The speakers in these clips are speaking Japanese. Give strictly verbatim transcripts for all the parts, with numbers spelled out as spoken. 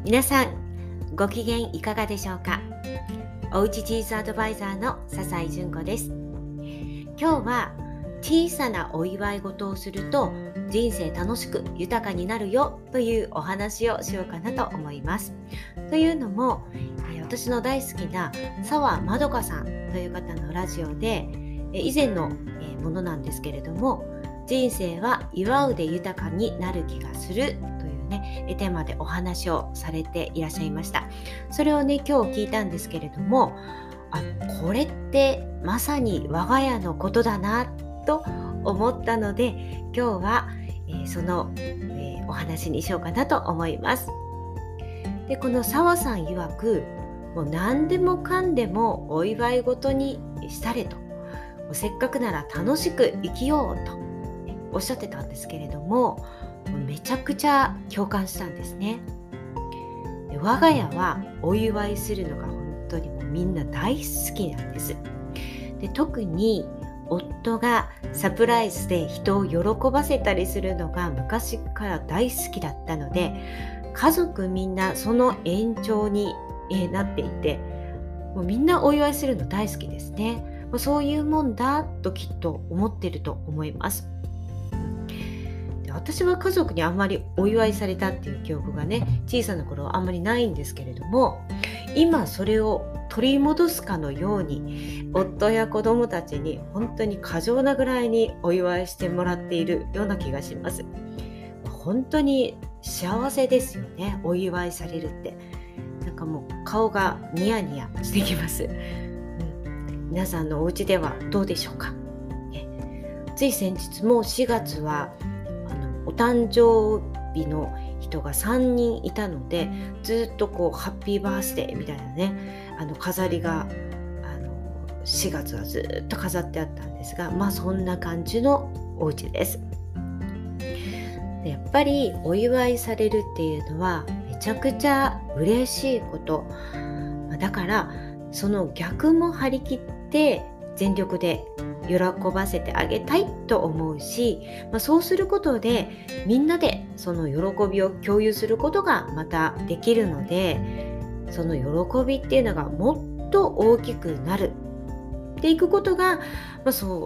皆さんご機嫌いかがでしょうか。おうちチーズアドバイザーの笹井純子です。今日は小さなお祝い事をすると人生楽しく豊かになるよというお話をしようかなと思います。というのも、私の大好きな澤まどかさんという方のラジオで以前のものなんですけれども、人生は祝うで豊かになる気がするというねテーマでお話をされていらっしゃいました。それをね今日聞いたんですけれども、あ、これってまさに我が家のことだなと思ったので、今日は、えー、その、えー、お話にしようかなと思います。で、この澤さん曰く、もう何でもかんでもお祝い事にしたれと、もうせっかくなら楽しく生きようと、ね、おっしゃってたんですけれども、めちゃくちゃ共感したんですね。で、我が家はお祝いするのが本当にもうみんな大好きなんです。で、特に夫がサプライズで人を喜ばせたりするのが昔から大好きだったので、家族みんなその延長になっていて、もうみんなお祝いするの大好きですね。そういうもんだときっと思ってると思います。で、私は家族にあんまりお祝いされたっていう記憶がね、小さな頃はあんまりないんですけれども、今それを取り戻すかのように夫や子供たちに本当に過剰なぐらいにお祝いしてもらっているような気がします。本当に幸せですよね、お祝いされるって。なんかもう顔がニヤニヤしてきます、うん、皆さんのお家ではどうでしょうか、ね、つい先日もしがつはあのお誕生日の人がさんにんいたので、ずっとこうハッピーバースデーみたいなね、あの飾りがあのしがつはずっと飾ってあったんですが、まあそんな感じのお家です。で、やっぱりお祝いされるっていうのはめちゃくちゃ嬉しいこと。だからその逆も張り切って全力で喜ばせてあげたいと思うし、まあ、そうすることでみんなでその喜びを共有することがまたできるので、その喜びっていうのがもっと大きくなるっていくことが、まあ、そう、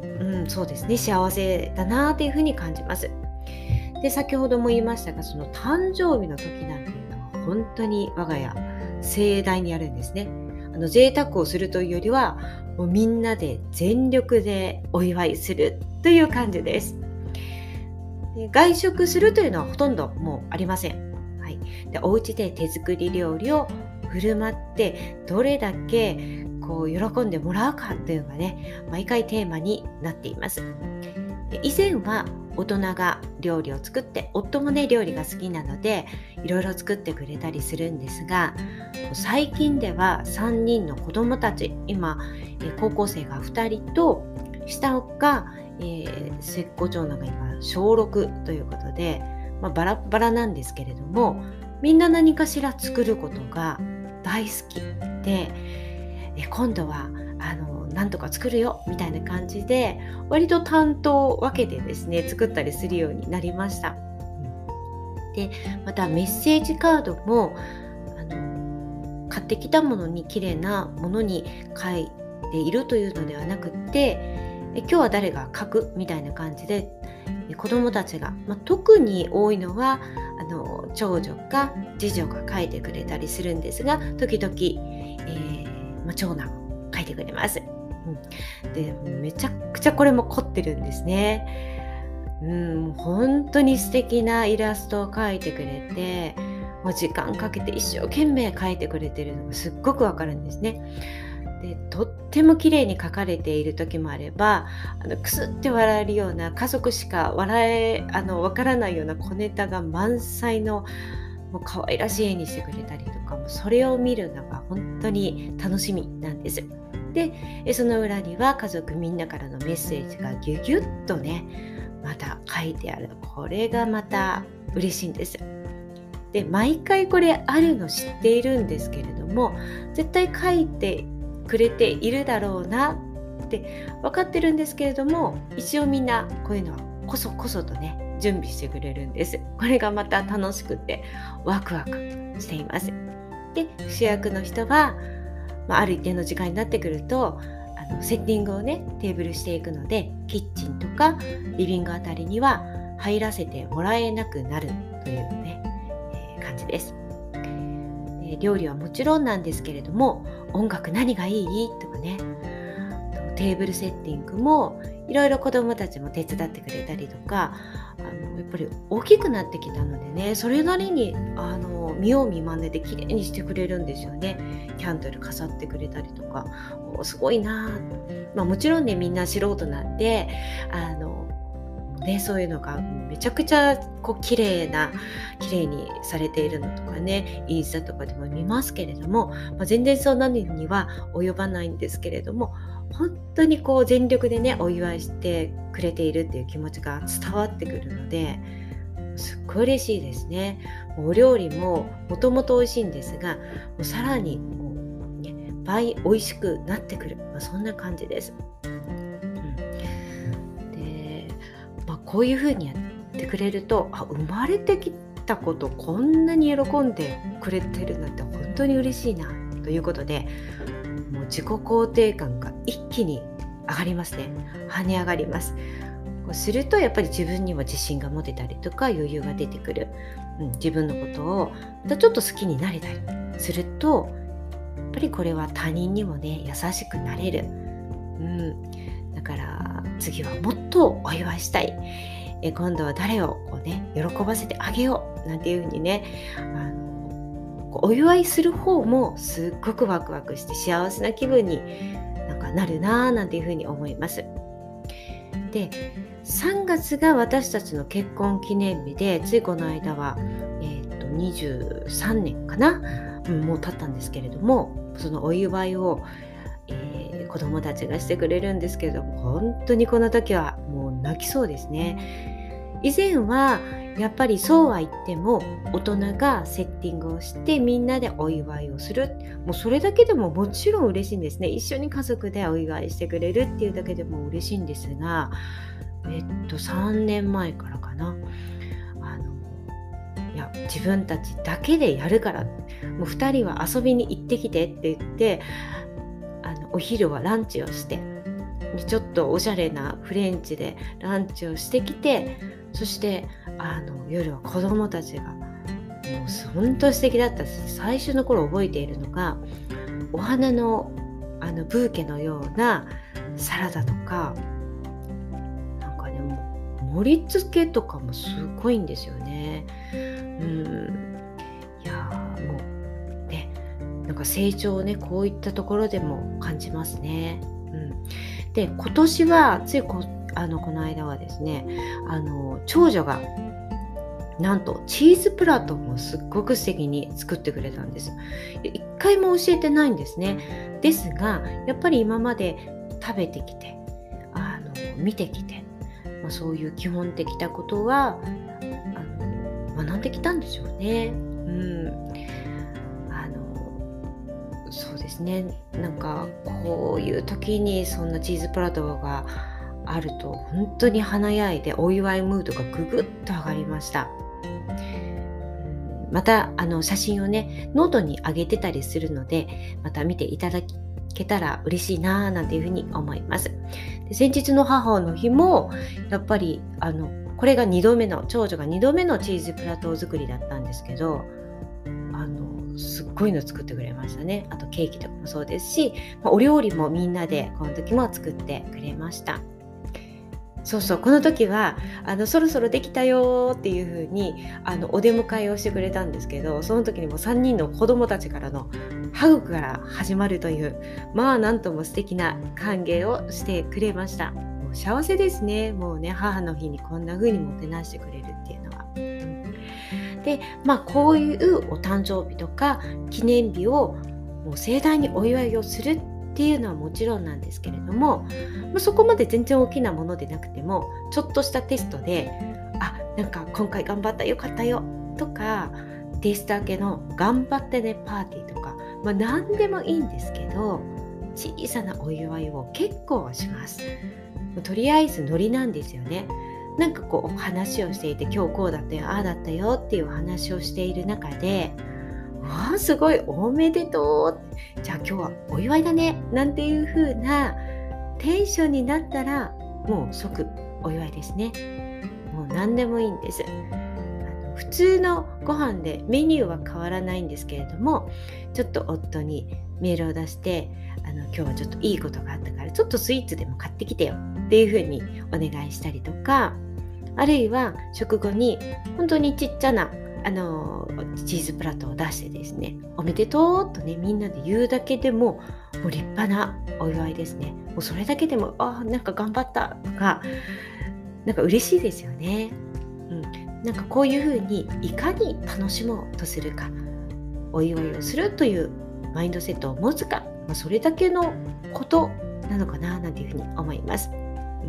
うん、そうですね、幸せだなというふうに感じます。で、先ほども言いましたが、その誕生日の時なんていうのは本当に我が家盛大にやるんですね。あの贅沢をするというよりは、もうみんなで全力でお祝いするという感じです。で、外食するというのはほとんどもうありません。はい、で、お家で手作り料理を振る舞ってどれだけこう喜んでもらうかというのがね、毎回テーマになっています。で、以前は大人が料理を作って、夫もね料理が好きなのでいろいろ作ってくれたりするんですが、最近ではさんにんの子供たち、今高校生がふたりと、下が、えー、末っ子長男が今しょうろくということで、まあ、バラバラなんですけれども、みんな何かしら作ることが大好きで、え今度はあのなんとか作るよみたいな感じで、割と担当を分けてですね作ったりするようになりました。で、またメッセージカードもあの買ってきたものに綺麗なものに書いているというのではなくって、え今日は誰が書くみたいな感じで、子どもたちが、まあ、特に多いのはあの長女か次女が書いてくれたりするんですが、時々、えーまあ、長男書いてくれます。うん、で、めちゃくちゃこれも凝ってるんですね。うん、本当に素敵なイラストを描いてくれて、もう時間かけて一生懸命描いてくれてるのがすっごくわかるんですね。で、とっても綺麗に描かれている時もあれば、あのクスって笑えるような、家族しか笑えあのわからないような小ネタが満載のもう可愛らしい絵にしてくれたりとか、もそれを見るのが本当に楽しみなんです。で、その裏には家族みんなからのメッセージがギュギュッとねまた書いてある。これがまた嬉しいんです。で、毎回これあるの知っているんですけれども、絶対書いてくれているだろうなって分かってるんですけれども、一応みんなこういうのはこそこそとね準備してくれるんです。これがまた楽しくてワクワクしています。で、主役の人は、まあ、ある一定の時間になってくるとあのセッティングをねテーブルしていくので、キッチンとかリビングあたりには入らせてもらえなくなるというね、えー感じです。で、料理はもちろんなんですけれども、音楽何がいいとかね、テーブルセッティングもいろいろ子どもたちも手伝ってくれたりとか、あのやっぱり大きくなってきたのでね、それなりにあの見よう見まねで綺麗にしてくれるんですよね。キャンドル飾ってくれたりとか、おすごいなぁ、まあ、もちろんねみんな素人なんであの、ね、そういうのがめちゃくちゃこう綺麗な綺麗にされているのとかね、インスタとかでも見ますけれども、まあ、全然そんなのには及ばないんですけれども、本当にこう全力でねお祝いしてくれているっていう気持ちが伝わってくるので、すっごい嬉しいですね。お料理ももともと美味しいんですが、もうさらにもう、ね、倍美味しくなってくる、まあ、そんな感じです。うん、で、まあ、こういう風にやってくれると、あ、生まれてきたことこんなに喜んでくれてるなんて本当に嬉しいなということで、もう自己肯定感が一気に上がりますね。跳ね上がります。こうするとやっぱり自分には自信が持てたりとか余裕が出てくる、うん、自分のことをまたちょっと好きになれたりすると、やっぱりこれは他人にもね優しくなれる、うん、だから次はもっとお祝いしたい、え今度は誰をこうね喜ばせてあげようなんていう風にね、あのお祝いする方もすっごくワクワクして幸せな気分になんかなるなぁなんていうふうに思います。で、さんがつが私たちの結婚記念日で、ついこの間は、えー、とにじゅうさんねんかな、うん、もう経ったんですけれども、そのお祝いを、えー、子供たちがしてくれるんですけれども、本当にこの時はもう泣きそうですね。以前はやっぱりそうは言っても大人がセッティングをしてみんなでお祝いをする、もうそれだけでももちろん嬉しいんですね。一緒に家族でお祝いしてくれるっていうだけでも嬉しいんですが、えっとさんねんまえからかな、あのいや自分たちだけでやるから、もうふたりは遊びに行ってきてって言って、あのお昼はランチをして、ちょっとおしゃれなフレンチでランチをしてきて、そしてあの夜は子供たちがもう本当に素敵だったし、最初の頃覚えているのがお花のあのブーケのようなサラダとか、なんかねもう盛り付けとかもすごいんですよね。うん、いやもうね、なんか成長をねこういったところでも感じますね。うん、で今年はついこあのこの間はですね、あの長女がなんとチーズプラトンをすっごく素敵に作ってくれたんです。一回も教えてないんですね。ですがやっぱり今まで食べてきてあの見てきて、まあ、そういう基本的なことはあの学んできたんでしょうね。うん、あのそうですね、なんかこういう時にそんなチーズプラトンがあると本当に華やいでお祝いムードがぐぐっと上がりました。またあの写真をねノートに上げてたりするので、また見ていただけたら嬉しいななんていうふうに思います。で、先日の母の日もやっぱりあのこれがにどめの長女がにどめのチーズプラトー作りだったんですけど、あのすっごいの作ってくれましたね。あとケーキとかもそうですし、まあ、お料理もみんなでこの時も作ってくれました。そうそう、この時はあのそろそろできたよっていう風にあのお出迎えをしてくれたんですけど、その時にもさんにんの子供たちからのハグから始まるという、まあなんとも素敵な歓迎をしてくれました。もう幸せですね。もうね、母の日にこんな風にもてなしてくれるっていうのは、うん、で、まあこういうお誕生日とか記念日をもう盛大にお祝いをするっていうのはもちろんなんですけれども、まあ、そこまで全然大きなものでなくてもちょっとしたテストで、あ、なんか今回頑張ったよかったよとか、テスト明けの頑張ってねパーティーとか、まあ、何でもいいんですけど、小さなお祝いを結構します。とりあえずノリなんですよね。 なんかこう話をしていて、今日こうだったよ、ああだったよっていう話をしている中で、わあすごいおめでとう、じゃあ今日はお祝いだねなんていう風なテンションになったら、もう即お祝いですね。もう何でもいいんです。あの普通のご飯でメニューは変わらないんですけれども、ちょっと夫にメールを出して、あの今日はちょっといいことがあったからちょっとスイーツでも買ってきてよっていう風にお願いしたりとか、あるいは食後に本当にちっちゃなあのチーズプラットを出してですね、おめでとうとねみんなで言うだけでも、もう立派なお祝いですね。もうそれだけでも、あなんか頑張ったとか、なんか嬉しいですよね。うん、なんかこういうふうにいかに楽しもうとするか、お祝いをするというマインドセットを持つか、まあ、それだけのことなのかななんていうふうに思います。うん、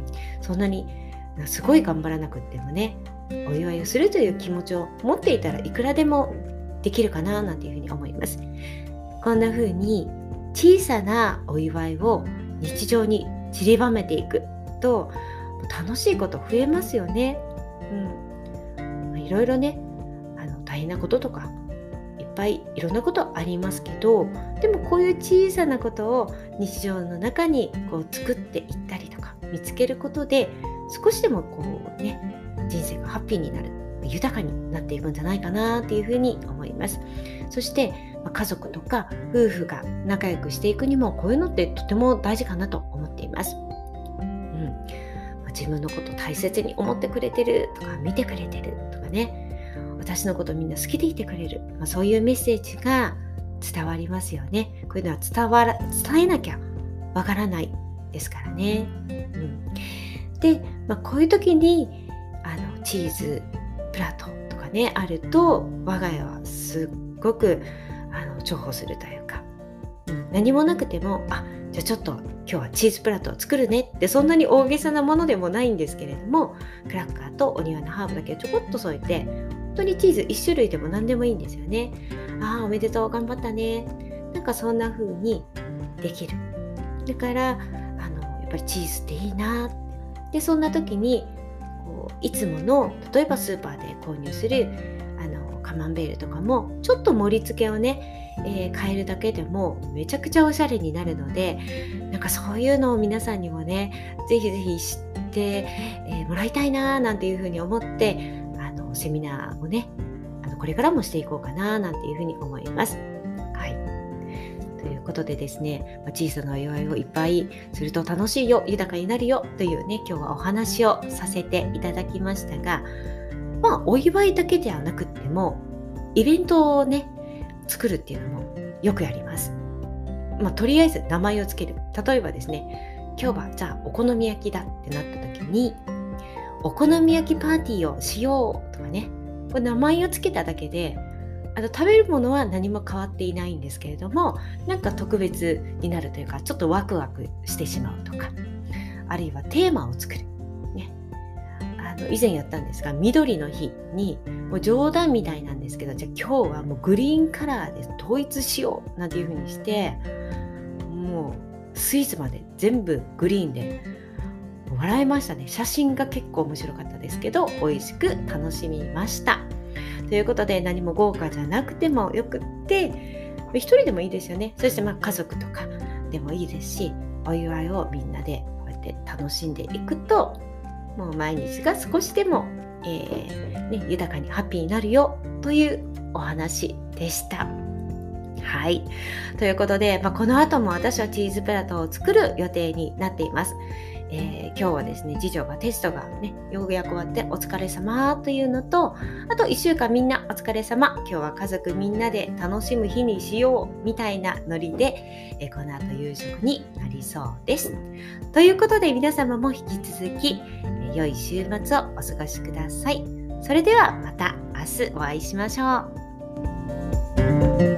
そんなにすごい頑張らなくってもね、お祝いをするという気持ちを持っていたらいくらでもできるかななんていうふうに思います。こんな風に小さなお祝いを日常に散りばめていくと楽しいこと増えますよね。うん、いろいろね、あの大変なこととかいっぱいいろんなことありますけど、でもこういう小さなことを日常の中にこう作っていったりとか見つけることで、少しでもこうね、人生がハッピーになる、豊かになっていくんじゃないかなっていうふうに思います。そして、まあ、家族とか夫婦が仲良くしていくにも、こういうのってとても大事かなと思っています。うんまあ、自分のこと大切に思ってくれてるとか、見てくれてるとかね、私のことみんな好きでいてくれる、まあ、そういうメッセージが伝わりますよね。こういうのは伝わら伝えなきゃわからないですからね。うんで、まあ、こういう時にあのチーズプラトとかねあると、我が家はすっごくあの重宝するというか、うん、何もなくても、あじゃあちょっと今日はチーズプラトを作るねって、そんなに大げさなものでもないんですけれども、クラッカーとお庭のハーブだけをちょこっと添えて、本当にチーズいち種類でも何でもいいんですよね。ああおめでとう、頑張ったね、なんかそんな風にできる。だからあのやっぱりチーズっていいなって、でそんな時にこういつもの、例えばスーパーで購入するあのカマンベールとかも、ちょっと盛り付けをね、えー、変えるだけでもめちゃくちゃおしゃれになるので、なんかそういうのを皆さんにもね、ぜひぜひ知って、えー、もらいたいななんていうふうに思って、あのセミナーをね、あのこれからもしていこうかななんていうふうに思います。はい。ということでですね、小さなお祝いをいっぱいすると楽しいよ、豊かになるよというね、今日はお話をさせていただきましたが、まあお祝いだけではなくっても、イベントをね作るっていうのもよくやります。まあとりあえず名前をつける。例えばですね、今日はじゃあお好み焼きだってなった時に、お好み焼きパーティーをしようとかね、これ名前をつけただけで、あの食べるものは何も変わっていないんですけれども、なんか特別になるというか、ちょっとワクワクしてしまうとか、あるいはテーマを作る、ね、あの以前やったんですが、緑の日にもう冗談みたいなんですけど、じゃあ今日はもうグリーンカラーで統一しようなんていう風にして、もうスイーツまで全部グリーンで笑いましたね。写真が結構面白かったですけど、美味しく楽しみました。ということで、何も豪華じゃなくてもよくって、一人でもいいですよね。そしてまあ家族とかでもいいですし、お祝いをみんなでこうやって楽しんでいくと、もう毎日が少しでも、えーね、豊かにハッピーになるよというお話でした。はい。ということで、まあ、この後も私はチーズプラトを作る予定になっています。えー、今日はですね、次女がテストがね、ようやく終わってお疲れ様というのと、あといっしゅうかんみんなお疲れ様、今日は家族みんなで楽しむ日にしようみたいなノリで、えー、この後夕食になりそうです。ということで、皆様も引き続き、えー、良い週末をお過ごしください。それではまた明日お会いしましょう。